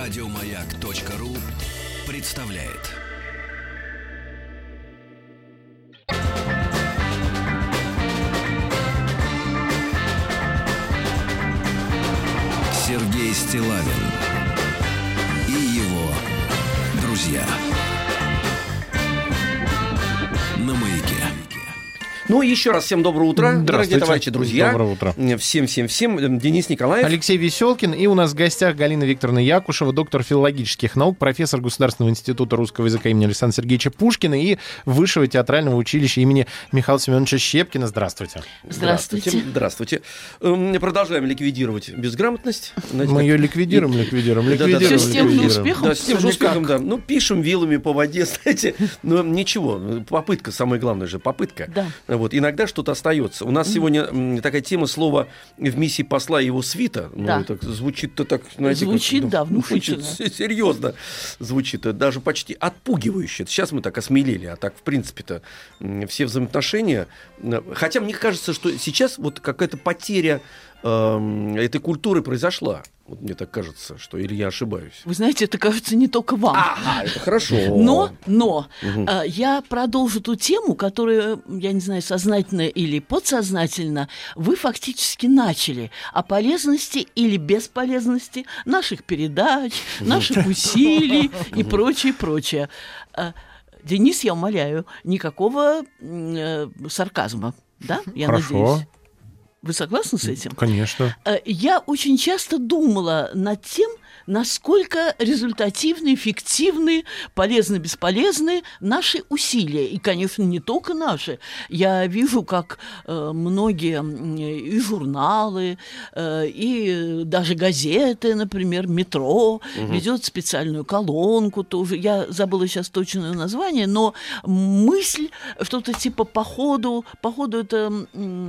Радиомаяк.ру представляет. Сергей Стиллавин и его друзья на Маяке. Ну, еще раз всем доброе утро, дорогие товарищи, друзья. Доброе утро. Всем. Денис Николаев. Алексей Веселкин. И у нас в гостях Галина Викторовна Якушева, доктор филологических наук, профессор Государственного института русского языка имени Александра Сергеевича Пушкина и Высшего театрального училища имени Михаила Семеновича Щепкина. Здравствуйте. Здравствуйте. Продолжаем ликвидировать безграмотность. Мы ее ликвидируем. Все с тем же успехом. Да, с тем же успехом, да. Ну, пишем вилами по воде, знаете. Но ничего, попытка, самое главное же, попытка. Да. Вот, иногда что-то остается. У нас сегодня такая тема слова в миссии посла и его свита. Да. Ну, так, звучит-то так, знаете, звучит, как, да, внушительно. Серьезно звучит, даже почти отпугивающе. Сейчас мы так осмелели, а так, в принципе-то, все взаимоотношения. Хотя мне кажется, что сейчас вот какая-то потеря этой культуры произошла. Вот мне так кажется, что или я ошибаюсь. Вы знаете, это кажется не только вам. Ага, это хорошо. Но я продолжу ту тему, которую, я не знаю, сознательно или подсознательно, вы фактически начали о полезности или бесполезности наших передач, наших усилий и прочее. Денис, я умоляю, никакого сарказма, да? Я Хорошо. надеюсь. Вы согласны с этим? Конечно. Я очень часто думала над тем, насколько результативны, эффективны, полезны, бесполезны наши усилия. И, конечно, не только наши. Я вижу, как многие и журналы, и даже газеты, например, «Метро», ведет специальную колонку тоже. Я забыла сейчас точное название, но мысль, что-то типа походу это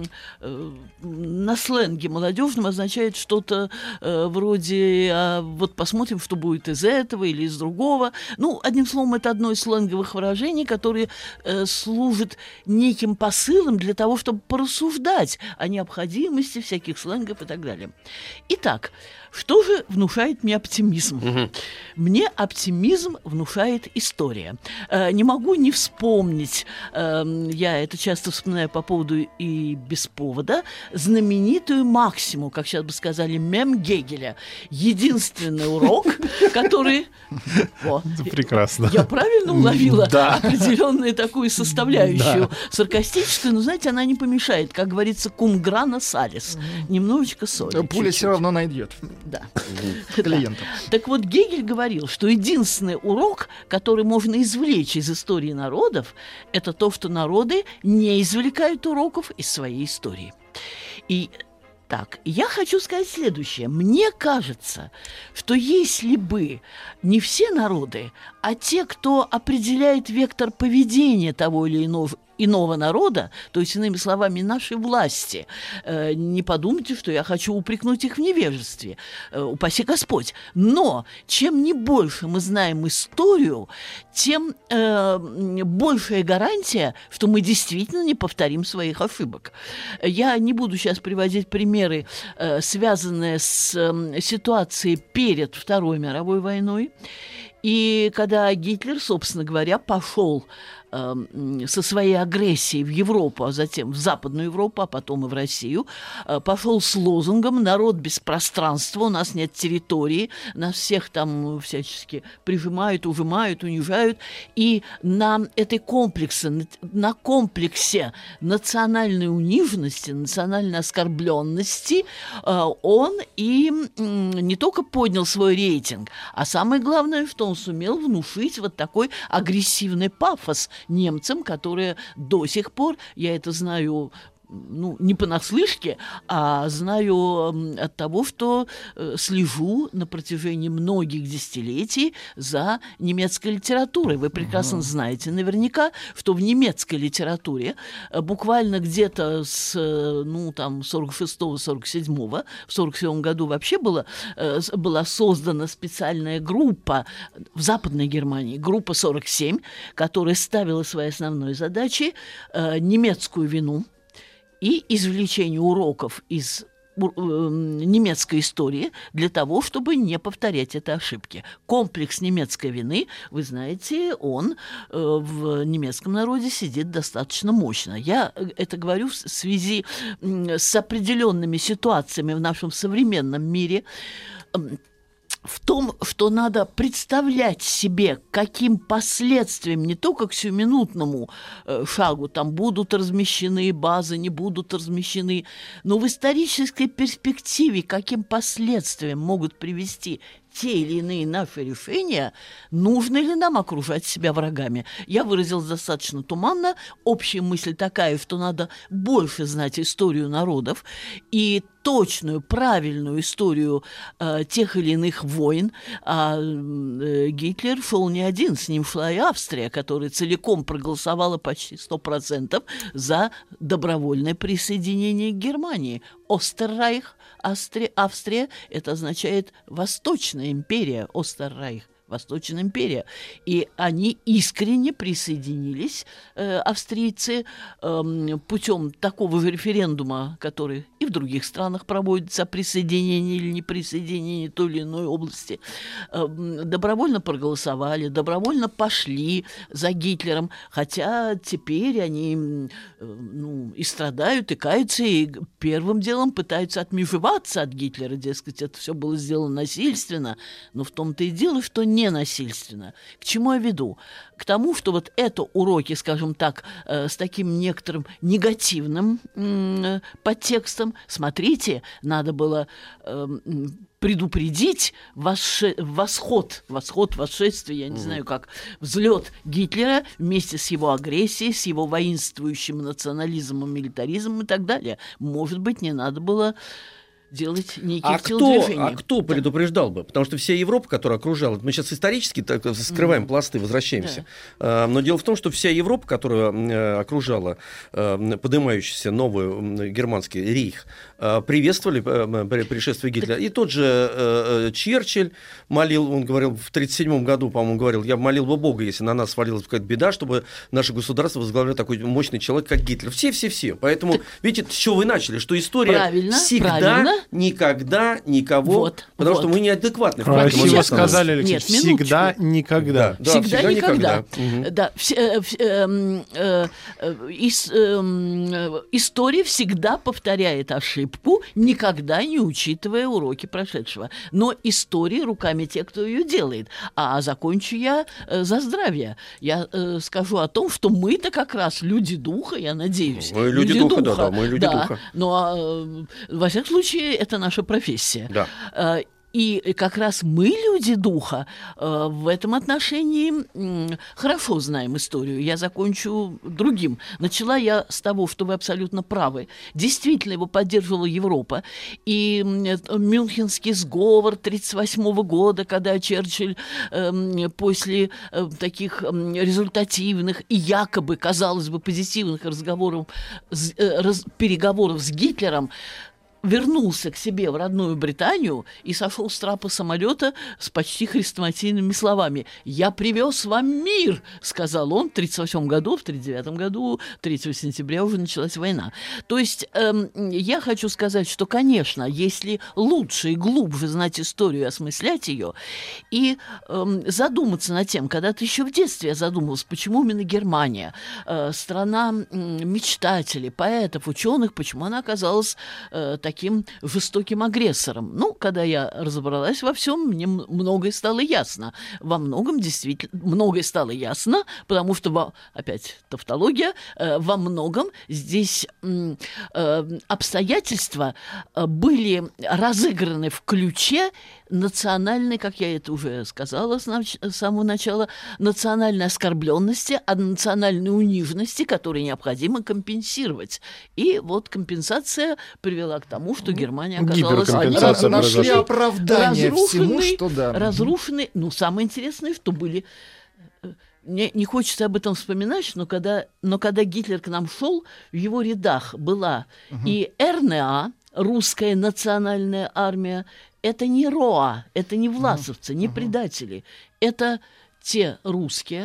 на сленге молодежном означает что-то вроде вот посмотрим, что будет из этого или из другого. Ну, одним словом, это одно из сленговых выражений, которое служит неким посылом для того, чтобы порассуждать о необходимости всяких сленгов и так далее. Итак, что же внушает мне оптимизм? Мне оптимизм внушает история. Не могу не вспомнить, я это часто вспоминаю по поводу и без повода, знаменитую максиму, как сейчас бы сказали, мем Гегеля. Единственный урок, который... Прекрасно. Я правильно уловила определенную такую составляющую саркастическую, но, знаете, она не помешает, как говорится, cum grano salis. Немножечко соли. Пуля все равно найдет. Да. Клиентов. Так вот, Гегель говорил, что единственный урок, который можно извлечь из истории народов, это то, что народы не извлекают уроков из своей истории. И так, я хочу сказать следующее. Мне кажется, что если бы не все народы, а те, кто определяет вектор поведения того или иного народа, то есть, иными словами, нашей власти. Не подумайте, что я хочу упрекнуть их в невежестве. Упаси Господь. Но чем не больше мы знаем историю, тем большая гарантия, что мы действительно не повторим своих ошибок. Я не буду сейчас приводить примеры, связанные с ситуацией перед Второй мировой войной. И когда Гитлер, собственно говоря, пошел со своей агрессией в Европу, а затем в Западную Европу, а потом и в Россию, пошел с лозунгом «Народ без пространства, у нас нет территории», нас всех там всячески прижимают, ужимают, унижают. И на этой комплексе национальной униженности, национальной оскорбленности он и не только поднял свой рейтинг, а самое главное, что он сумел внушить вот такой агрессивный пафос немцам, которые до сих пор, я это знаю, не понаслышке, а знаю от того, что слежу на протяжении многих десятилетий за немецкой литературой. Вы прекрасно знаете наверняка, что в немецкой литературе буквально где-то с 46-47, в 47 году вообще была создана специальная группа в Западной Германии, группа 47, которая ставила своей основной задачей немецкую вину и извлечение уроков из немецкой истории для того, чтобы не повторять этой ошибки. Комплекс немецкой вины, вы знаете, он в немецком народе сидит достаточно мощно. Я это говорю в связи с определенными ситуациями в нашем современном мире, в том, что надо представлять себе, каким последствиям, не только к сиюминутному шагу, там будут размещены базы, не будут размещены, но в исторической перспективе, каким последствиям могут привести те или иные наши решения, нужно ли нам окружать себя врагами. Я выразилась достаточно туманно. Общая мысль такая, что надо больше знать историю народов и точную, правильную историю тех или иных войн. А Гитлер шел не один, с ним шла и Австрия, которая целиком проголосовала почти 100% за добровольное присоединение к Германии. Остеррайх, Австрия, это означает Восточная империя, Остеррайх. Восточная империя. И они искренне присоединились, австрийцы, путем такого же референдума, который и в других странах проводится, о присоединении или неприсоединении той или иной области. Добровольно проголосовали, добровольно пошли за Гитлером, хотя теперь они и страдают, и каются, и первым делом пытаются отмежеваться от Гитлера, дескать, это все было сделано насильственно, но в том-то и дело, что не насильственно. К чему я веду? К тому, что вот это уроки, скажем так, с таким некоторым негативным подтекстом. Смотрите, надо было предупредить восшествие, я не знаю как, взлет Гитлера вместе с его агрессией, с его воинствующим национализмом, милитаризмом и так далее. Может быть, не надо было делать некие телодвижения. А кто предупреждал бы? Потому что вся Европа, которая окружала... Мы сейчас исторически так скрываем пласты, возвращаемся. Да. Но дело в том, что вся Европа, которая окружала поднимающийся новый германский рейх, приветствовали пришествие Гитлера. И тот же Черчилль молил, он говорил, в 1937 году, по-моему, говорил, я молил бы Бога, если на нас свалилась какая-то беда, чтобы наше государство возглавлял такой мощный человек, как Гитлер. Все. Поэтому, видите, с чего вы начали? Что история всегда... Никогда никого, потому что мы неадекватны. Красиво сказали, Алексей, всегда никогда. Да, всегда никогда. Да, история всегда повторяет ошибку, никогда не учитывая уроки прошедшего. Но история руками тех, кто ее делает. А закончу я за здравие. Я скажу о том, что мы-то как раз люди духа, я надеюсь. Мы люди духа, да, мы люди духа. Но, во всяком случае, это наша профессия. Да. И как раз мы, люди духа, в этом отношении хорошо знаем историю. Я закончу другим. Начала я с того, что вы абсолютно правы. Действительно, его поддерживала Европа. И Мюнхенский сговор 1938 года, когда Черчилль после таких результативных и якобы, казалось бы, позитивных переговоров с Гитлером, вернулся к себе в родную Британию и сошел с трапа самолета с почти хрестоматийными словами. «Я привез вам мир», — сказал он в 1938 году, в 1939 году, 3 сентября уже началась война. То есть я хочу сказать, что, конечно, если лучше и глубже знать историю, осмыслять ее и задуматься над тем, когда-то еще в детстве я задумывалась, почему именно Германия, страна мечтателей, поэтов, ученых, почему она оказалась таким жестоким агрессором. Ну, когда я разобралась во всем, мне многое стало ясно. Во многом действительно многое стало ясно, потому что, опять тавтология, во многом здесь обстоятельства были разыграны в ключе национальной, как я это уже сказала с самого начала, национальной оскорбленности, национальной униженности, которую необходимо компенсировать. И вот компенсация привела к тому, что Германия оказалась... Гиперкомпенсация нашли оправдание всему, что да. Разрушены. Ну, самое интересное, что были... Мне не хочется об этом вспоминать, но когда Гитлер к нам шел, в его рядах была и РНА, русская национальная армия, это не РОА, это не власовцы, не предатели. Это те русские,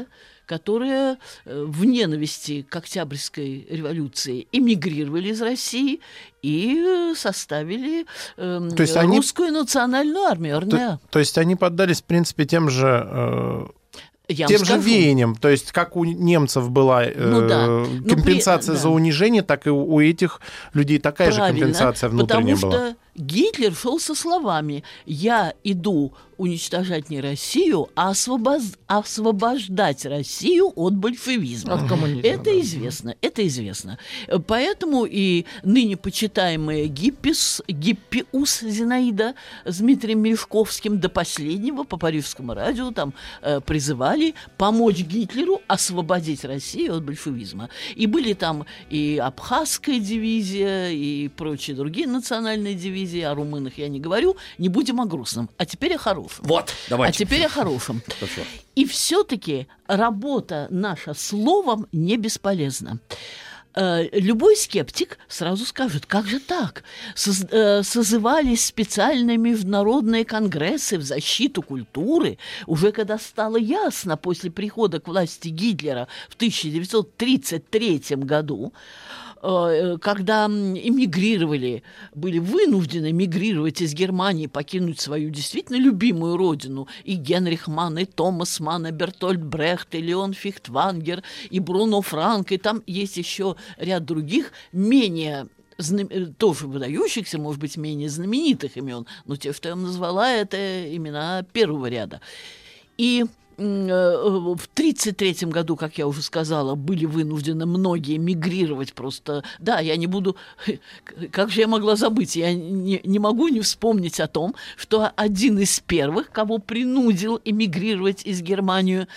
которые в ненависти к Октябрьской революции эмигрировали из России и составили русскую национальную армию, РНА. То есть они поддались, в принципе, тем же веяниям. То есть как у немцев была компенсация за унижение, так и у этих людей такая же компенсация внутренняя была. Потому что Гитлер шел со словами: «Я иду уничтожать не Россию, а освобождать Россию от большевизма». От коммунизма. Это известно, это известно. Поэтому и ныне почитаемая Гиппиус Зинаида с Дмитрием Мережковским до последнего по Парижскому радио там призывали помочь Гитлеру освободить Россию от большевизма. И были там и Абхазская дивизия, и прочие другие национальные дивизии. О румынах я не говорю, не будем о грустном. А теперь о хорошем. Вот, давайте. А теперь о хорошем. Хорошо. И все-таки работа наша словом не бесполезна. Любой скептик сразу скажет: как же так? Созывались специальные международные конгрессы в защиту культуры, уже когда стало ясно после прихода к власти Гитлера в 1933 году, когда эмигрировали, были вынуждены эмигрировать из Германии, покинуть свою действительно любимую родину, и Генрих Манн, и Томас Манн, и Бертольд Брехт, и Леон Фихтвангер, и Бруно Франк, и там есть еще ряд других менее тоже выдающихся, может быть, менее знаменитых имен, но те, что я вам назвала, это имена первого ряда. И в 1933 году, как я уже сказала, были вынуждены многие мигрировать просто. Да, я не буду... Как же я могла забыть? Я не могу не вспомнить о том, что один из первых, кого принудил эмигрировать из Германии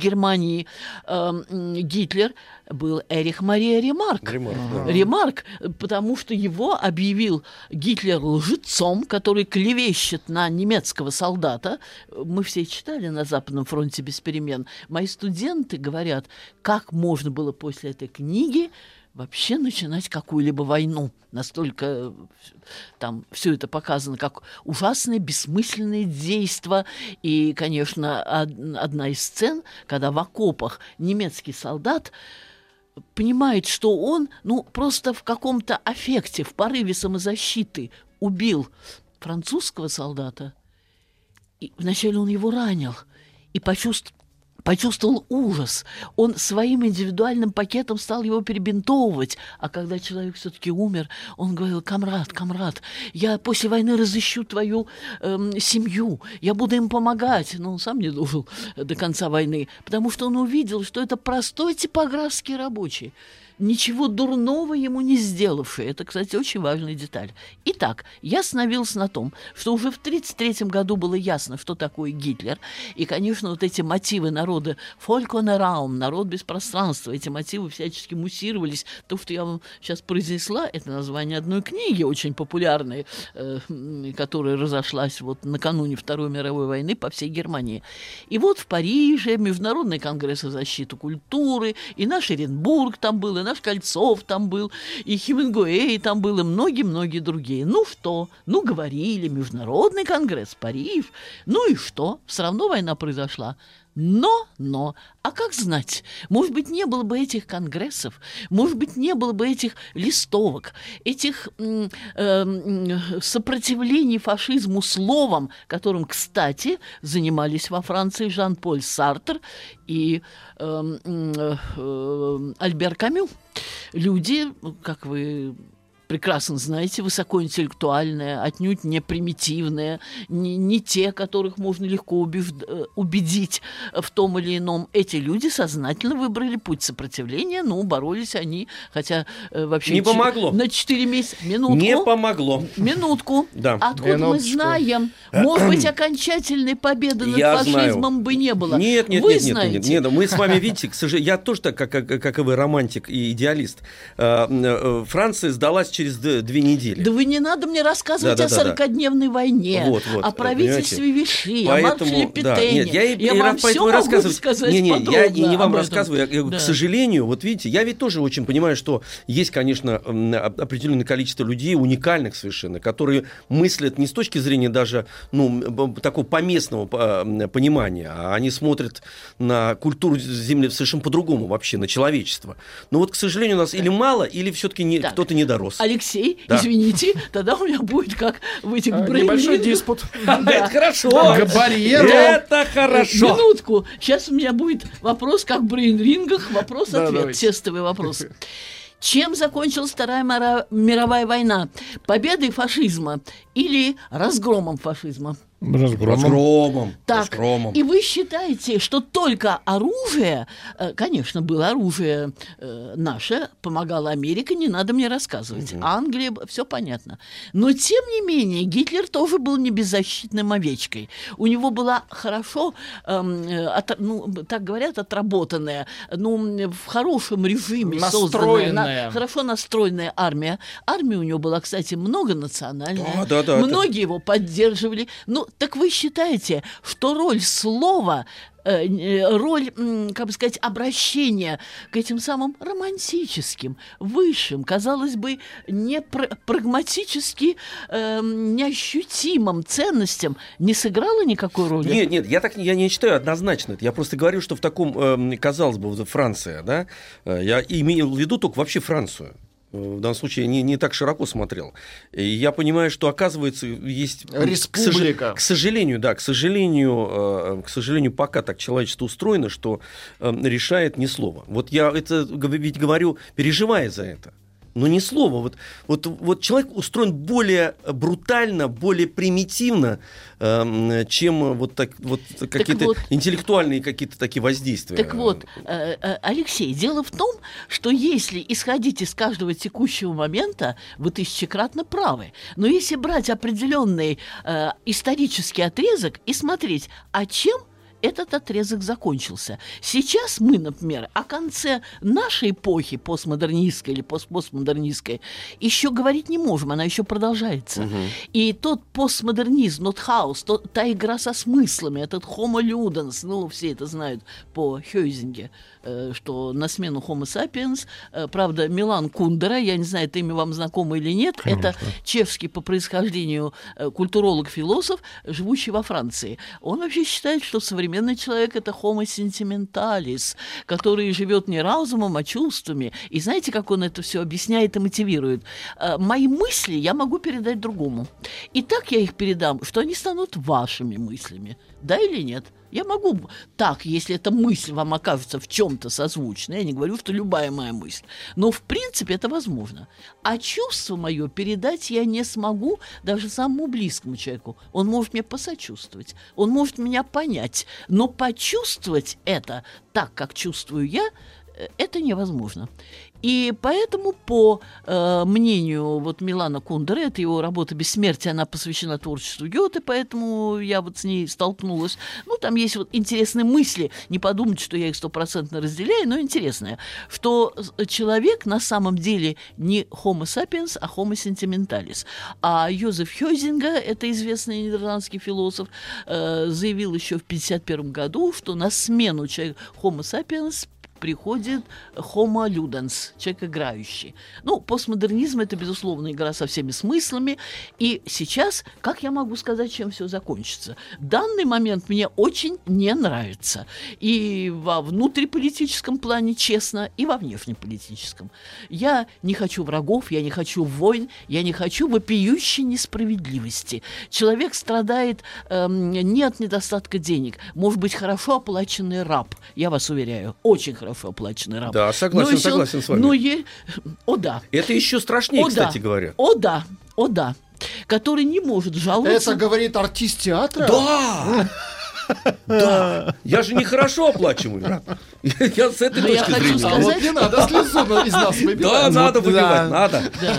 Гитлер, был Эрих Мария Ремарк. Ремарк, потому что его объявил Гитлер лжецом, который клевещет на немецкого солдата. Мы все читали на Западном фронте без перемен. Мои студенты говорят, как можно было после этой книги вообще начинать какую-либо войну. Настолько там все это показано как ужасные, бессмысленные действия. И, конечно, одна из сцен, когда в окопах немецкий солдат понимает, что он, просто в каком-то аффекте, в порыве самозащиты убил французского солдата. И вначале он его ранил и почувствовал ужас. Он своим индивидуальным пакетом стал его перебинтовывать. А когда человек все-таки умер, он говорил: камрад, я после войны разыщу твою семью, я буду им помогать. Но он сам не дожил до конца войны, потому что он увидел, что это простой типографский рабочий, ничего дурного ему не сделавший. Это, кстати, очень важная деталь. Итак, я остановился на том, что уже в 1933 году было ясно, что такое Гитлер. И, конечно, вот эти мотивы народа «Volk ohne Raum», «народ без пространства», эти мотивы всячески муссировались. То, что я вам сейчас произнесла, это название одной книги, очень популярной, которая разошлась вот накануне Второй мировой войны по всей Германии. И вот в Париже Международный конгресс о защите культуры, и наш Оренбург там был, и наш Кольцов там был, и Хемингуэй там был, и многие-многие другие. Ну что? Говорили, Международный конгресс, Париж. Ну и что? Все равно война произошла. Но, а как знать? Может быть, не было бы этих конгрессов, может быть, не было бы этих листовок, этих сопротивлений фашизму словом, которым, кстати, занимались во Франции Жан-Поль Сартр и Альбер Камю. Люди, как вы прекрасно знаете, высокоинтеллектуальные, отнюдь не примитивные, не те, которых можно легко убедить в том или ином. Эти люди сознательно выбрали путь сопротивления, боролись они, хотя вообще... Не помогло. На 4 месяца. Минутку. Не помогло. Минутку. Да. Откуда мы знаем? Может быть, окончательной победы над фашизмом бы не было. Нет. Вы знаете? Нет. Мы с вами, видите, к сожалению, я тоже так, как и вы, романтик и идеалист. Франция сдалась через через 2 недели. Да вы не надо мне рассказывать о 40-дневной войне, о правительстве Виши, о Маршале Петене. Я вам все могу сказать подробно. Я не вам рассказываю. К сожалению, вот видите, я ведь тоже очень понимаю, что есть, конечно, определенное количество людей, уникальных совершенно, которые мыслят не с точки зрения даже такого поместного понимания, а они смотрят на культуру Земли совершенно по-другому вообще, на человечество. Но вот, к сожалению, у нас или мало, или все-таки кто-то не дорос. Алексей, извините, тогда у меня будет как в этих небольшой диспут. Это хорошо. Это хорошо. Минутку. Сейчас у меня будет вопрос, как в брейн-рингах, вопрос-ответ, тестовый вопрос. Чем закончилась Вторая мировая война? Победой фашизма или разгромом фашизма? Разгромом. Так, и вы считаете, что только оружие, конечно, было оружие наше, помогала Америка, не надо мне рассказывать. Англия, все понятно. Но, тем не менее, Гитлер тоже был не беззащитным овечкой. У него была хорошо, так говорят, отработанная, в хорошем режиме созданная, хорошо настроенная армия. Армия у него была, кстати, многонациональная. Многие его поддерживали. Так вы считаете, что роль слова, роль, как бы сказать, обращения к этим самым романтическим, высшим, казалось бы, не прагматически неощутимым ценностям не сыграла никакой роли? Нет, я не считаю однозначно это. Я просто говорю, что в таком, казалось бы, Франция, да, я имел в виду только вообще Францию. В данном случае не так широко смотрел. И я понимаю, что, оказывается, есть... Республика. К сожалению, пока так человечество устроено, что решает не слово. Вот я это ведь говорю, переживая за это. Но ни слова. Вот человек устроен более брутально, более примитивно, чем какие-то интеллектуальные какие-то такие воздействия. Так вот, Алексей, дело в том, что если исходить из каждого текущего момента, вы тысячекратно правы. Но если брать определенный исторический отрезок и смотреть, чем этот отрезок закончился. Сейчас мы, например, о конце нашей эпохи постмодернистской или постмодернистской еще говорить не можем, она еще продолжается. И тот постмодернизм, тот хаос, та игра со смыслами, этот homo ludens, все это знают по Хёйзинге, что на смену homo sapiens, правда, Милан Кундера, я не знаю, это имя вам знакомо или нет, конечно. Это чешский по происхождению культуролог-философ, живущий во Франции. Он вообще считает, что современный человек — это homo sentientalis, который живет не разумом, а чувствами. И знаете, как он это все объясняет и мотивирует? Мои мысли я могу передать другому. И так я их передам, что они станут вашими мыслями. Да или нет? Я могу так, если эта мысль вам окажется в чем-то созвучной, я не говорю, что любая моя мысль, но в принципе это возможно. А чувство мое передать я не смогу даже самому близкому человеку. Он может мне посочувствовать, он может меня понять, но почувствовать это так, как чувствую я, это невозможно. И поэтому, по мнению Милана Кундеры, это его работа «Бессмертие», она посвящена творчеству Гёте, поэтому я с ней столкнулась. Там есть интересные мысли, не подумайте, что я их 100% разделяю, но интересные, что человек на самом деле не homo sapiens, а homo sentientalis. А Йозеф Хёйзинга, это известный нидерландский философ, заявил еще в 1951 году, что на смену homo sapiens приходит homo ludens, человек играющий. Постмодернизм — это, безусловно, игра со всеми смыслами. И сейчас, как я могу сказать, чем все закончится? Данный момент мне очень не нравится. И во внутриполитическом плане, честно, и во внешнеполитическом. Я не хочу врагов, я не хочу войн, я не хочу вопиющей несправедливости. Человек страдает не от недостатка денег. Может быть, хорошо оплаченный раб, я вас уверяю, очень хорошо оплаченный раб. Да, согласен с вами. О, да. Это еще страшнее, кстати говоря. О, да. Который не может жаловаться. Это говорит артист театра? Да! Да, я же нехорошо оплачиваю раб. Я с этой точки зрения. Не надо слезу из нас выбивать. Да, надо выбивать, надо.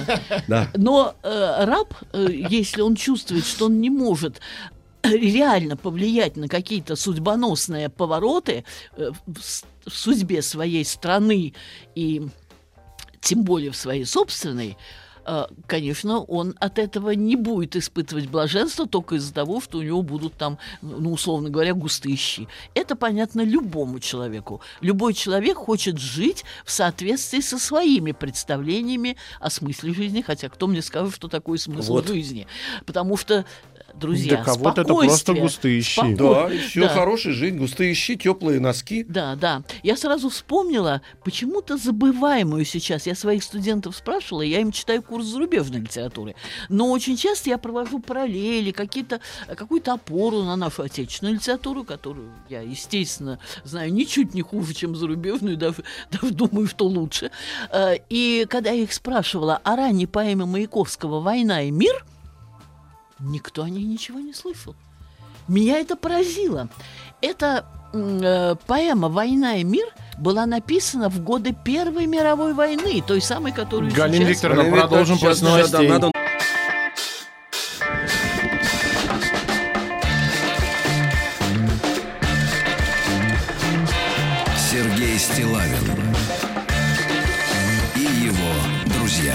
Но раб, если он чувствует, что он не может реально повлиять на какие-то судьбоносные повороты в судьбе своей страны и тем более в своей собственной, конечно, он от этого не будет испытывать блаженство только из-за того, что у него будут там, ну, условно говоря, густые щи. Это понятно любому человеку. Любой человек хочет жить в соответствии со своими представлениями о смысле жизни, хотя кто мне скажет, что такое смысл жизни. Потому что, друзья, для кого-то это просто густые щи. Да, еще хорошая жизнь, густые щи, теплые носки. Да. Я сразу вспомнила почему-то забываемую сейчас. Я своих студентов спрашивала, я им читаю курс зарубежной литературы. Но очень часто я провожу параллели, какую-то опору на нашу отечественную литературу, которую я, естественно, знаю ничуть не хуже, чем зарубежную, даже думаю, что лучше. И когда я их спрашивала о ранней поэме Маяковского «Война и мир», никто о ней ничего не слышал. Меня это поразило. Эта поэма «Война и мир» была написана в годы Первой мировой войны, той самой, которую Галина сейчас... Викторовна, продолжим после новостей. Сергей Стиллавин и его друзья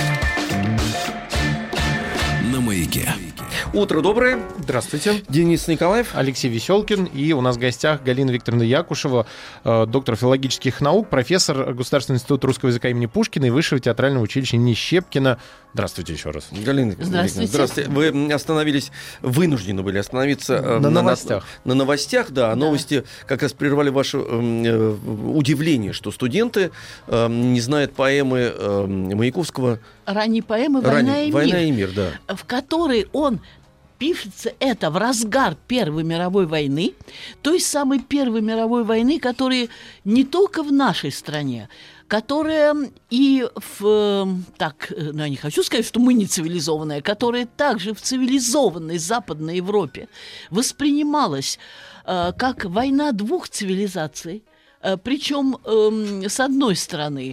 на Маяке. Утро доброе. Здравствуйте. Денис Николаев. Алексей Веселкин. И у нас в гостях Галина Викторовна Якушева, доктор филологических наук, профессор Государственного института русского языка имени Пушкина и Высшего театрального училища имени Щепкина. Здравствуйте еще раз. Галина Викторовна. Здравствуйте. Вы вынуждены были остановиться на новостях. На новостях, да. Новости как раз прервали ваше удивление, что студенты не знают поэмы Маяковского. Ранней поэмы «Война и мир», да. в которой он... Пишется это в разгар Первой мировой войны, той самой Первой мировой войны, которая не только в нашей стране, которая и я не хочу сказать, что мы не цивилизованная, которая также в цивилизованной Западной Европе воспринималась как война двух цивилизаций. Причем, с одной стороны,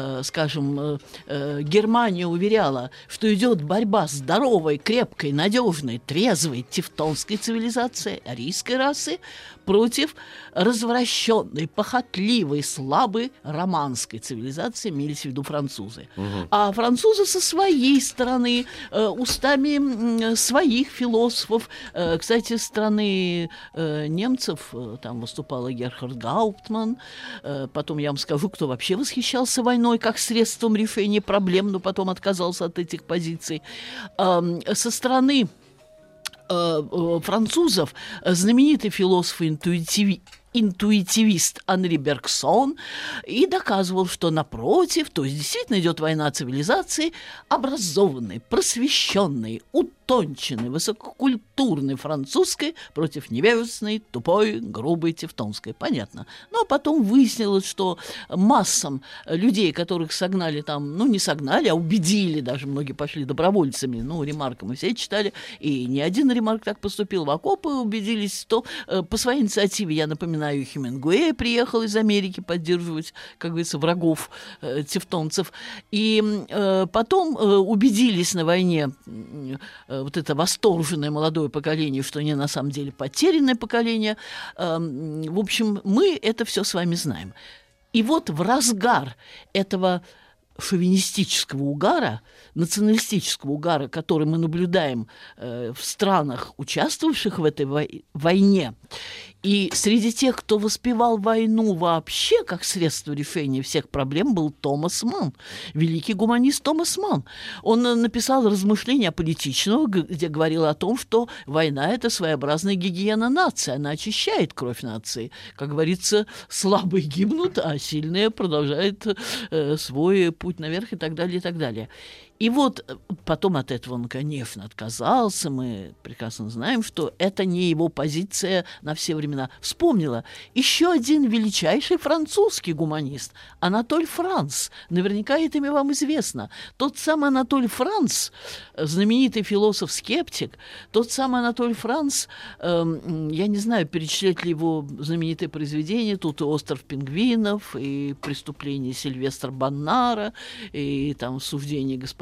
Германия уверяла, что идет борьба здоровой, крепкой, надежной, трезвой тевтонской цивилизации, арийской расы, против развращенной, похотливой, слабой романской цивилизации, имелись в виду французы. А французы со своей стороны, устами своих философов, кстати, страны немцев, там выступала Герхард Гауптман, потом я вам скажу, кто вообще восхищался войной как средством решения проблем, но потом отказался от этих позиций. Со стороны французов знаменитый философ и интуитивист Анри Бергсон и доказывал, что напротив, то есть действительно идет война цивилизации, образованной, просвещенной, утонченной, высококультурной французской против невежественной, тупой, грубой тевтонской. Понятно. Но потом выяснилось, что массам людей, которых согнали там, не согнали, а убедили, даже многие пошли добровольцами, Ремарка мы все читали, и не один Ремарк так поступил, в окопы убедились, что по своей инициативе, я напоминаю, Хемингуэй приехал из Америки поддерживать, как говорится, врагов тевтонцев. И потом убедились на войне вот это восторженное молодое поколение, что они на самом деле потерянное поколение. В общем, мы это все с вами знаем. И вот в разгар этого шовинистического угара, националистического угара, который мы наблюдаем в странах, участвовавших в этой войне, и среди тех, кто воспевал войну вообще как средство решения всех проблем, был Томас Манн, великий гуманист Томас Манн. Он написал размышления политичного, где говорил о том, что война – это своеобразная гигиена нации, она очищает кровь нации. Как говорится, слабые гибнут, а сильные продолжают свой путь наверх и так далее, и так далее. И вот потом от этого он, конечно, отказался. Мы прекрасно знаем, что это не его позиция на все времена. Вспомнила еще один величайший французский гуманист – Анатоль Франс. Наверняка это имя вам известно. Тот самый Анатоль Франс, знаменитый философ-скептик, тот самый Анатоль Франс, я не знаю, перечислять ли его знаменитые произведения, тут и «Остров пингвинов», и «Преступление Сильвестра Баннара», и там «Суждение господина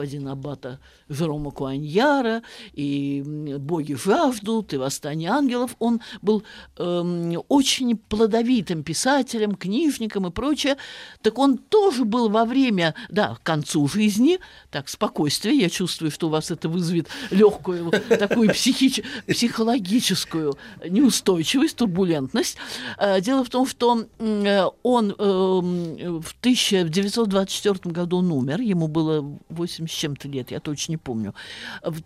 господина аббата Жерома Куаньяра, и «Боги жаждут», и «Восстание ангелов». Он был очень плодовитым писателем, книжником и прочее. Так он тоже был во время, к концу жизни, так, спокойствие. Я чувствую, что у вас это вызовет легкую такую психологическую неустойчивость, турбулентность. Дело в том, что он в 1924 году он умер, ему было 80 с чем-то лет, я точно не помню. В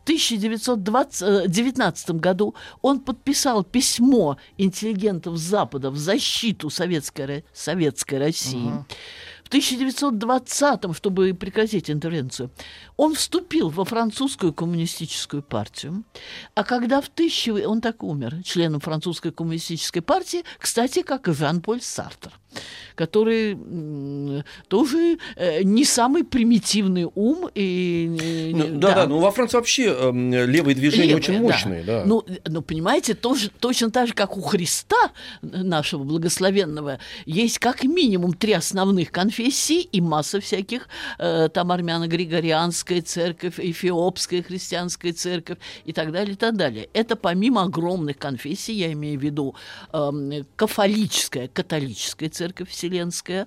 1919 году он подписал письмо интеллигентов Запада в защиту советской России. В 1920-м, чтобы прекратить интервенцию, он вступил во французскую коммунистическую партию. А когда он так умер, членом французской коммунистической партии, кстати, как и Жан-Поль Сартр, который тоже не самый примитивный ум. Во Франции вообще левые движения очень мощные. Да. Ну, понимаете, точно так же, как у Христа, нашего благословенного, есть как минимум 3 основных конфессии и масса всяких, там армяно-григорианская церковь, эфиопская христианская церковь и так далее, и так далее. Это помимо огромных конфессий, я имею в виду католическая церковь вселенская,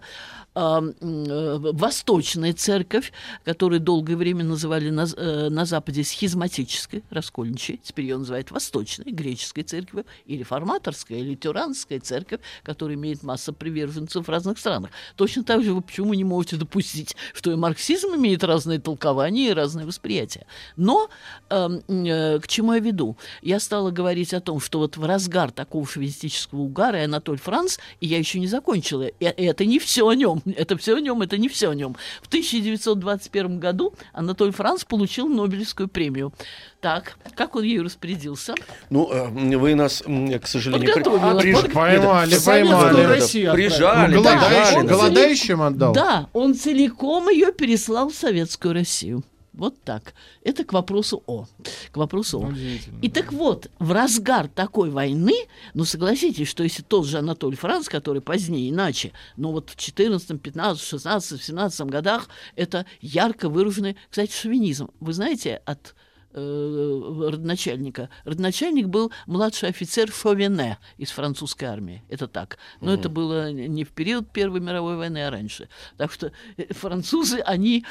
восточная церковь, которую долгое время называли на Западе схизматической, раскольничьей, теперь ее называют восточной, греческой церковью, и реформаторская, или лютеранская церковь, которая имеет массу приверженцев в разных странах. Точно так же вы почему не можете допустить, что и марксизм имеет разные толкования и разные восприятия. Но к чему я веду? Я стала говорить о том, что вот в разгар такого шовинистического угара и Анатоль Франц, и я еще не закончила, и это не все о нем. Это все о нем, это не все о нем. В 1921 году Анатоль Франц получил Нобелевскую премию. Так, как он ею распорядился? Ну, вы нас, к сожалению, поймали. Прижали. Голодающим отдал? Да, он целиком ее переслал в Советскую Россию. Вот так. Это к вопросу О. И так вот, в разгар такой войны, согласитесь, что если тот же Анатоль Франц, который позднее иначе, вот в 14, 15, 16, 17 годах, это ярко выраженный, кстати, шовинизм. Вы знаете, от родоначальника. Родоначальник был младший офицер Шовене из французской армии. Это так. Но это было не в период Первой мировой войны, а раньше. Так что французы, они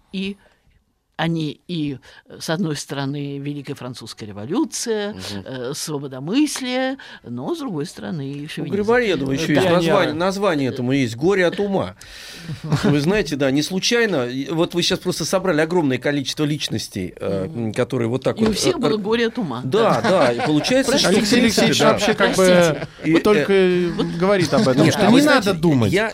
и, с одной стороны, Великая Французская революция, свободомыслие, но, с другой стороны, шовинизм. У Грибоедова еще есть название этому есть «Горе от ума». Вы знаете, не случайно, вот вы сейчас просто собрали огромное количество личностей, которые вот так и у всех было горе от ума. Да, и получается, что... Алексей Алексеевич вообще как бы только говорит об этом, что не надо думать. Я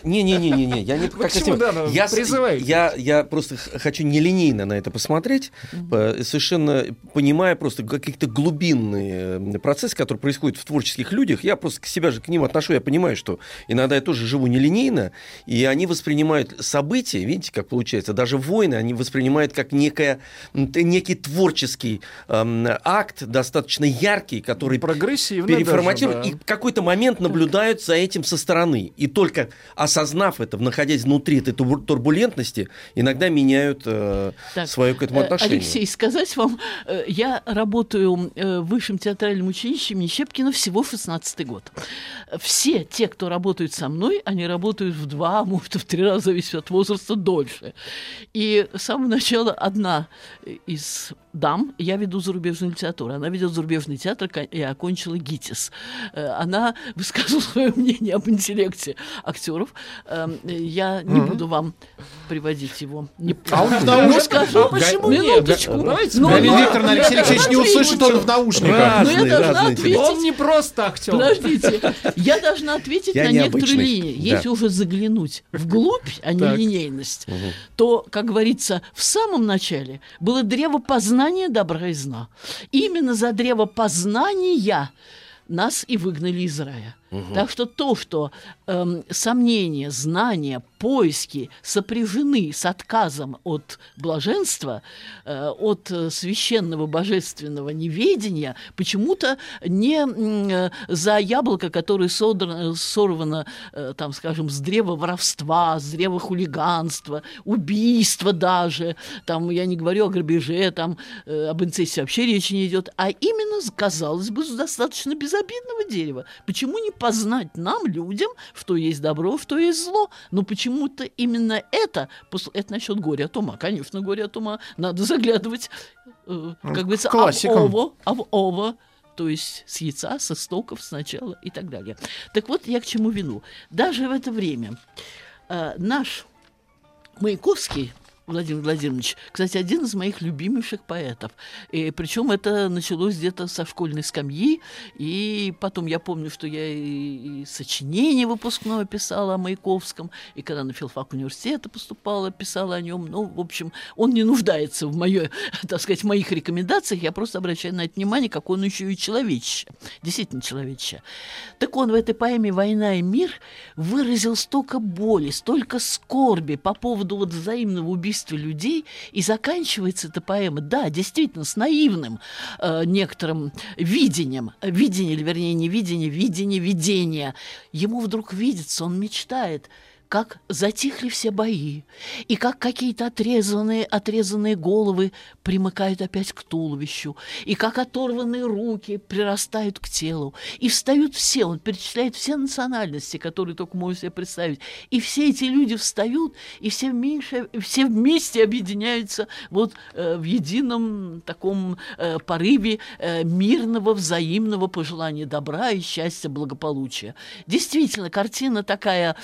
просто хочу нелинейно на это посмотреть, совершенно понимая просто какие-то глубинные процессы, которые происходят в творческих людях. Я просто к себя же к ним отношу, я понимаю, что иногда я тоже живу нелинейно, и они воспринимают события, видите, как получается, даже войны, они воспринимают как некий творческий акт, достаточно яркий, который переформатирует, и в какой-то момент наблюдают за этим со стороны. И только осознав это, находясь внутри этой турбулентности, иногда меняют свое к этому отношение. Алексей, сказать вам, я работаю в Высшем театральном училище имени Щепкина всего 16-й год. Все те, кто работают со мной, они работают в 2, может, в 3 раза, зависит от возраста, дольше. И с самого начала одна из дам, я веду зарубежную литературу, она ведет зарубежный театр, я окончила ГИТИС. Она высказывала свое мнение об интеллекте актеров. Я не буду вам приводить его. Почему минуточку? Галина Викторовна, Алексей Алексеевич не услышит, он в наушниках. Он не просто актер. Подождите, я должна ответить на некоторые линии. Если уже заглянуть вглубь, а не линейность, то, как говорится, в самом начале было древо познания добра и зла. Именно за древо познания нас и выгнали из рая. Так что то, что сомнения, знания, поиски сопряжены с отказом от блаженства, от священного божественного неведения, почему-то не за яблоко, которое сорвано, там, скажем, с древа воровства, с древа хулиганства, убийства даже, там, я не говорю о грабеже, там, об инцесте вообще речи не идет, а именно, казалось бы, с достаточно безобидного дерева. Почему не познать нам, людям, что есть добро, что есть зло? Но почему-то именно это насчет горя от ума. Конечно, горе от ума. Надо заглядывать, как говорится, об ово, то есть с яйца, с истоков сначала и так далее. Так вот, я к чему веду. Даже в это время наш Маяковский, Владимир Владимирович, кстати, один из моих любимейших поэтов. И причем это началось где-то со школьной скамьи. И потом я помню, что я и сочинение выпускное писала о Маяковском. И когда на филфак университета поступала, писала о нем. Ну, в общем, он не нуждается в моих рекомендациях. Я просто обращаю на это внимание, как он еще и человечище. Действительно человечище. Так он в этой поэме «Война и мир» выразил столько боли, столько скорби по поводу взаимного убийства людей, и заканчивается эта поэма, да, действительно, с наивным некоторым видением, видения. Ему вдруг видится, он мечтает, как затихли все бои, и как какие-то отрезанные головы примыкают опять к туловищу, и как оторванные руки прирастают к телу, и встают все, он перечисляет все национальности, которые только можно себе представить, и все эти люди встают, и все вместе объединяются в едином таком порыве мирного, взаимного пожелания добра и счастья, благополучия. Действительно, картина такая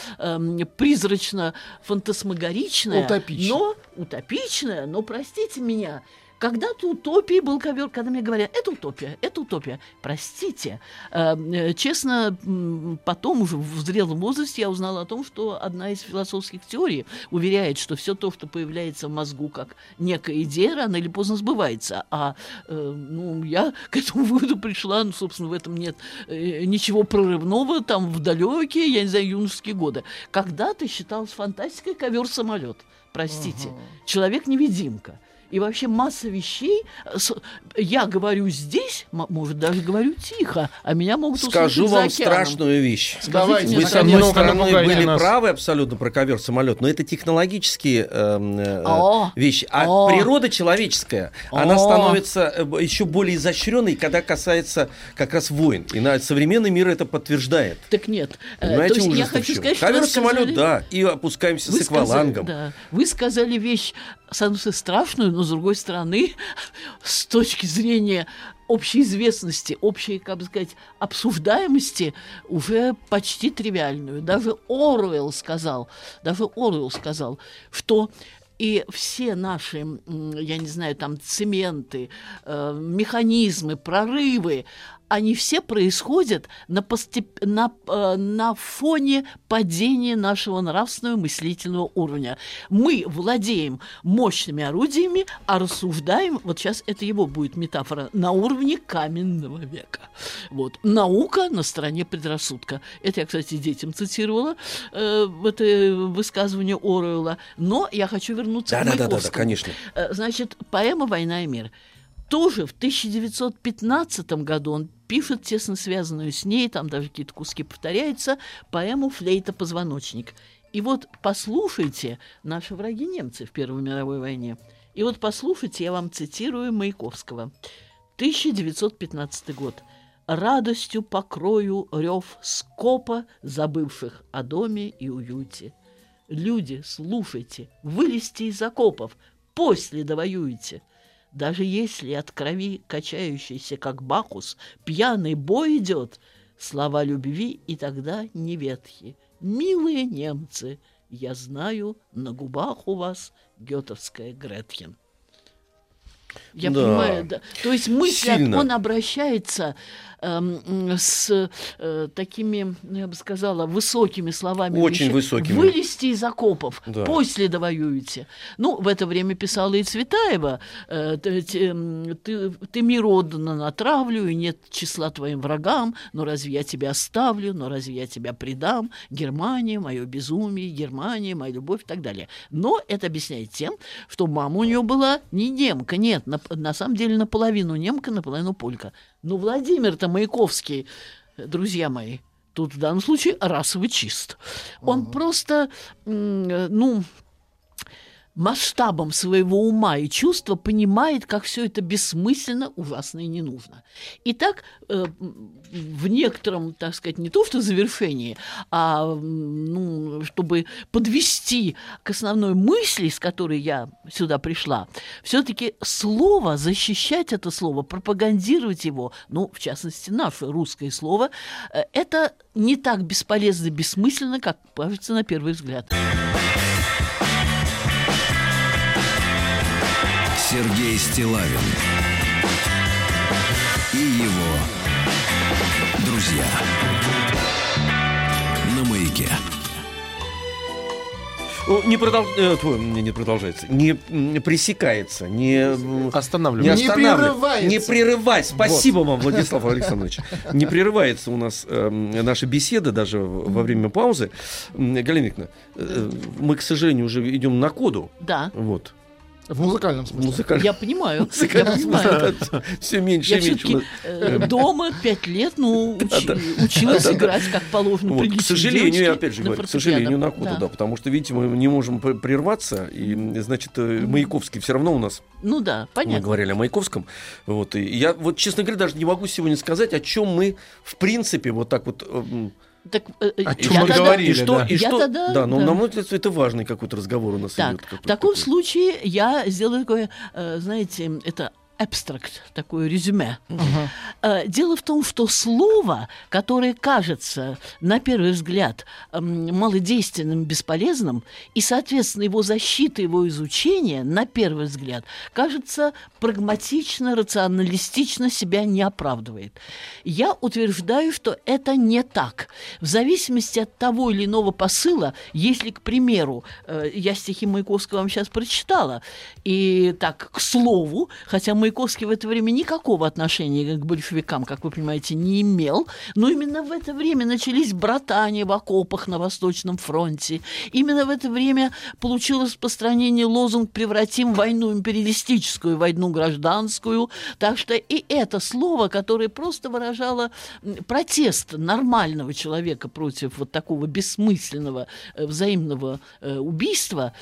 призрачно-фантасмагоричная, утопичная, но, простите меня, когда-то утопией был ковер, когда мне говорят, это утопия. Простите. Честно, потом уже в зрелом возрасте я узнала о том, что одна из философских теорий уверяет, что все то, что появляется в мозгу как некая идея, рано или поздно сбывается. Я к этому выводу пришла, собственно, в этом нет ничего прорывного, там, в далекие, я не знаю, юношеские годы. Когда-то считалось фантастикой ковер-самолет. Простите. Человек-невидимка. И вообще масса вещей. Я говорю здесь, может, даже говорю тихо, а меня могут услышать Скажу за вам океаном. страшную вещь. Давайте, вы, с одной стороны, были правы абсолютно про ковер-самолет, но это технологические вещи. А природа человеческая, она становится еще более изощренной, когда касается как раз войн. И современный мир это подтверждает. Так нет. Понимаете, я хочу сказать, что ковер-самолет, да, и опускаемся с аквалангом. Вы сказали вещь, с одной стороны, страшную, но с другой стороны, с точки зрения общей известности, общей, как бы сказать, обсуждаемости, уже почти тривиальную. Даже Оруэлл сказал, что и все наши, я не знаю, там, цементы, механизмы, прорывы, они все происходят на фоне падения нашего нравственного мыслительного уровня. Мы владеем мощными орудиями, а рассуждаем, вот сейчас это его будет метафора, на уровне каменного века. Вот. Наука на стороне предрассудка. Это я, кстати, детям цитировала в это высказывание Оруэлла. Но я хочу вернуться к Маяковскому. Да, конечно. Значит, поэма «Война и мир». Тоже в 1915 году он пишет тесно связанную с ней, там даже какие-то куски повторяются, поэму «Флейта-позвоночник». И вот послушайте, наши враги немцы в Первой мировой войне, и вот послушайте, я вам цитирую Маяковского. 1915 год. «Радостью покрою рев скопа, забывших о доме и уюте. Люди, слушайте, вылезьте из окопов, после довоюете. Даже если от крови качающийся, как Бакхус, пьяный бой идет, слова любви и тогда не ветхи. Милые немцы, я знаю, на губах у вас гетовская Гретхен». Я понимаю, да. То есть мысль, он обращается с такими, я бы сказала, высокими словами. Очень высокими. Вылезти из окопов, да. после довоюете. Ну, в это время писала и Цветаева: ты мир отдана на травлю, и нет числа твоим врагам, но разве я тебя оставлю, но разве я тебя предам? Германия, мое безумие, Германия, моя любовь и так далее. Но это объясняет тем, что мама у нее была не немка, нет, на самом деле наполовину немка, наполовину полька. Но Владимир-то Маяковский, друзья мои, тут в данном случае расово чист. Он просто, масштабом своего ума и чувства понимает, как все это бессмысленно, ужасно и не нужно. Итак, в некотором, так сказать, не то что завершении, а чтобы подвести к основной мысли, с которой я сюда пришла, все-таки слово, защищать это слово, пропагандировать его, в частности, наше русское слово, это не так бесполезно и бессмысленно, как кажется на первый взгляд. Сергей Стиллавин и его друзья на Маяке. Не продолжается, не пресекается, не останавливается. Не прерывается. Спасибо вам, Владислав Александрович. Не прерывается у нас наша беседа даже во время паузы. Галина Викторовна, мы, к сожалению, уже идем на коду. Да. Вот. В музыкальном смысле. Я понимаю. Все меньше и меньше. Я дома 5 лет училась играть, как положено. К сожалению, я опять же говорю, к сожалению, на коду, да, потому что, видите, мы не можем прерваться, и, значит, Маяковский все равно у нас. Ну да, понятно. Мы говорили о Маяковском. Вот, и я, честно говоря, даже не могу сегодня сказать, о чем мы, в принципе, вот так вот... Так, о чем мы говорили, на мой взгляд, это важный какой-то разговор у нас идет. В таком случае я сделаю такое, знаете, это абстракт, такое резюме. Дело в том, что слово, которое кажется, на первый взгляд, малодейственным, бесполезным, и, соответственно, его защита, его изучение, на первый взгляд, кажется, прагматично, рационалистично себя не оправдывает. Я утверждаю, что это не так. В зависимости от того или иного посыла, если, к примеру, я стихи Маяковского вам сейчас прочитала, и так, к слову, хотя Маяковский в это время никакого отношения к большевикам, как вы понимаете, не имел, но именно в это время начались братания в окопах на Восточном фронте. Именно в это время получил распространение лозунг «Превратим войну империалистическую в войну гражданскую». Так что и это слово, которое просто выражало протест нормального человека против вот такого бессмысленного взаимного убийства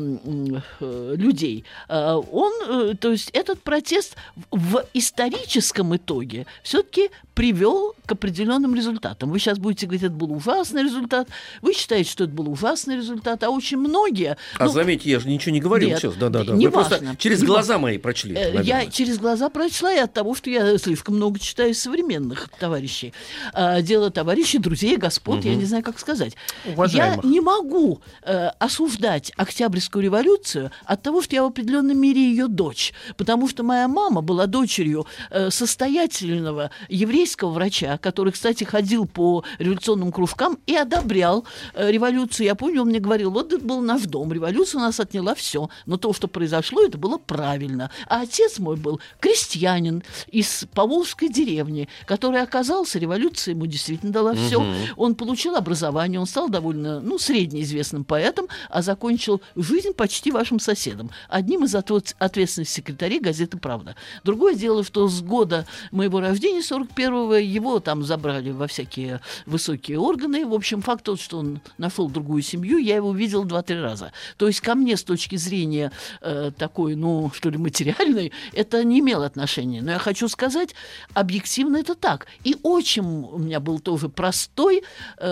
людей, то есть этот протест в историческом итоге все-таки привел к определенным результатам. Вы сейчас будете говорить, это был ужасный результат. Вы считаете, что это был ужасный результат, а очень многие... заметьте, я же ничего не говорил нет, сейчас. Да. Не Вы важно, просто через глаза мои прочли. Я через глаза прочла и от того, что я слишком много читаю современных товарищей. Дело товарищей, друзей, господ, я не знаю, как сказать. Уважаемых. Я не могу осуждать Октябрьскую революцию от того, что я в определенном мире ее дочь. Потому что моя мама была дочерью состоятельного еврейского врача, который, кстати, ходил по революционным кружкам и одобрял революцию. Я помню, он мне говорил, вот это был наш дом, революция у нас отняла все, но то, что произошло, это было правильно. А отец мой был крестьянин из поволжской деревни, который оказался, революция ему действительно дала все. Он получил образование, он стал довольно, среднеизвестным поэтом, а закончил жизнь почти вашим соседом, одним из ответственных секретарей газеты «Правда». Другое дело, что с года моего рождения, 41-го, его там забрали во всякие высокие органы. В общем, факт тот, что он нашел другую семью, я его видел 2-3 раза. То есть ко мне с точки зрения такой, что ли, материальной, это не имело отношения. Но я хочу сказать, объективно это так. И отчим у меня был тоже простой,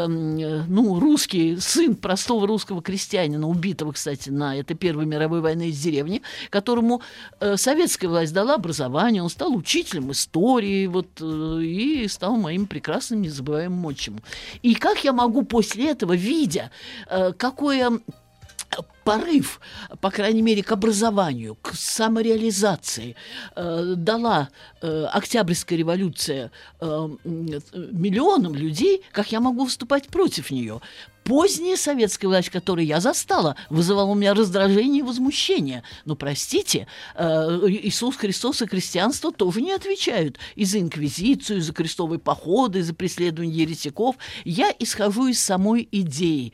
русский, сын простого русского крестьянина, убитого, кстати, на этой Первой мировой войне из деревни, которому советская власть дала образование, он стал учителем истории, и стал моим прекрасным, незабываемым отчимом. И как я могу после этого, видя, какое порыв, по крайней мере, к образованию, к самореализации дала Октябрьская революция миллионам людей, как я могу выступать против нее? Поздняя советская власть, которую я застала, вызывала у меня раздражение и возмущение. Но, простите, Иисус Христос и христианство тоже не отвечают и за инквизицию, и за крестовые походы, и за преследование еретиков. Я исхожу из самой идеи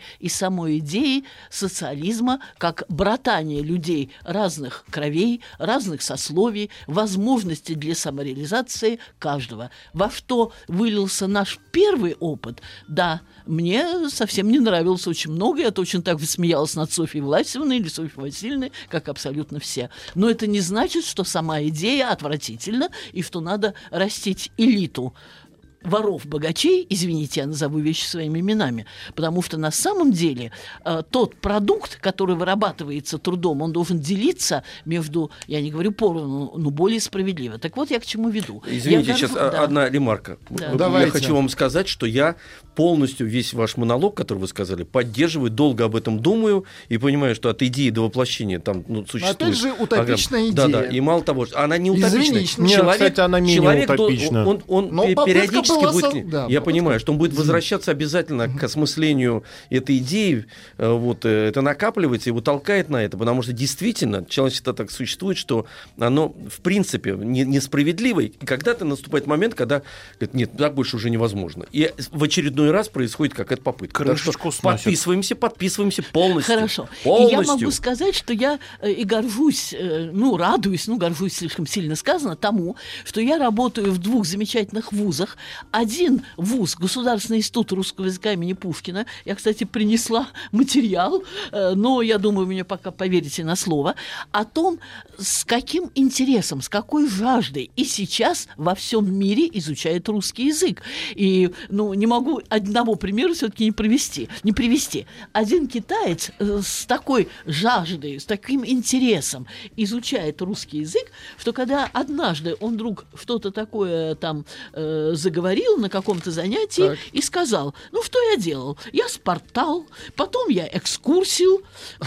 социализма, как братания людей разных кровей, разных сословий, возможности для самореализации каждого. Во что вылился наш первый опыт? Да, мне совсем не нравилось очень много. Я точно так смеялась над Софьей Власьевной или Софьей Васильевной, как абсолютно все. Но это не значит, что сама идея отвратительна и что надо растить элиту воров-богачей, извините, я назову вещи своими именами, потому что на самом деле тот продукт, который вырабатывается трудом, он должен делиться между, я не говорю поровну, но более справедливо. Так вот, я к чему веду. Извините, сейчас одна ремарка. Да. Вот я хочу вам сказать, что я полностью весь ваш монолог, который вы сказали, поддерживаю, долго об этом думаю и понимаю, что от идеи до воплощения там существует... Опять же, утопичная идея. Да, и мало того, она не утопичная. Нет, кстати, она менее утопична. Он периодически будет... Да, я понимаю, что он будет возвращаться обязательно к осмыслению этой идеи, вот, это накапливается, его толкает на это, потому что действительно человечество так существует, что оно в принципе несправедливо, и когда-то наступает момент, когда говорит, нет, так больше уже невозможно. И в очередной раз происходит какая-то попытка. Крышечку сносят. Подписываемся полностью. Хорошо. Полностью. И я могу сказать, что я и горжусь, радуюсь, горжусь слишком сильно сказано, тому, что я работаю в двух замечательных вузах. Один вуз, Государственный институт русского языка имени Пушкина. Я, кстати, принесла материал, но я думаю, мне пока поверите на слово, о том, с каким интересом, с какой жаждой и сейчас во всем мире изучает русский язык. И, не могу одного примера все-таки не привести. Один китаец с такой жаждой, с таким интересом изучает русский язык, что когда однажды он вдруг что-то такое там заговорил на каком-то занятии и сказал, что я делал? Я спортал, потом я экскурсию.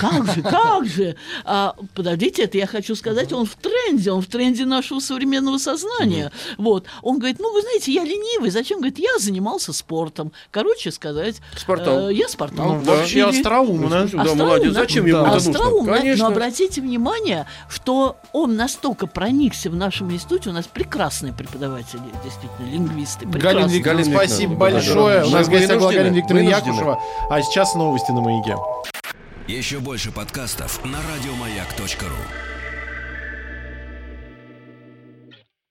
Как же? Подождите, это я хочу сказать, он в тренде нашего современного сознания. Вот. Он говорит, вы знаете, я ленивый. Зачем? Говорит, я занимался спортом. Короче сказать, я спортал. Вообще остроумно. Да, молодец. Зачем ему это нужно? Остроумно. Но обратите внимание, что он настолько проникся в нашем институте, у нас прекрасные преподаватели, действительно, лингвисты. Галина Викторовна, спасибо большое. У нас в гостях была Галина Викторовна Якушева. А сейчас новости на Маяке. Еще больше подкастов на радиомаяк.ру.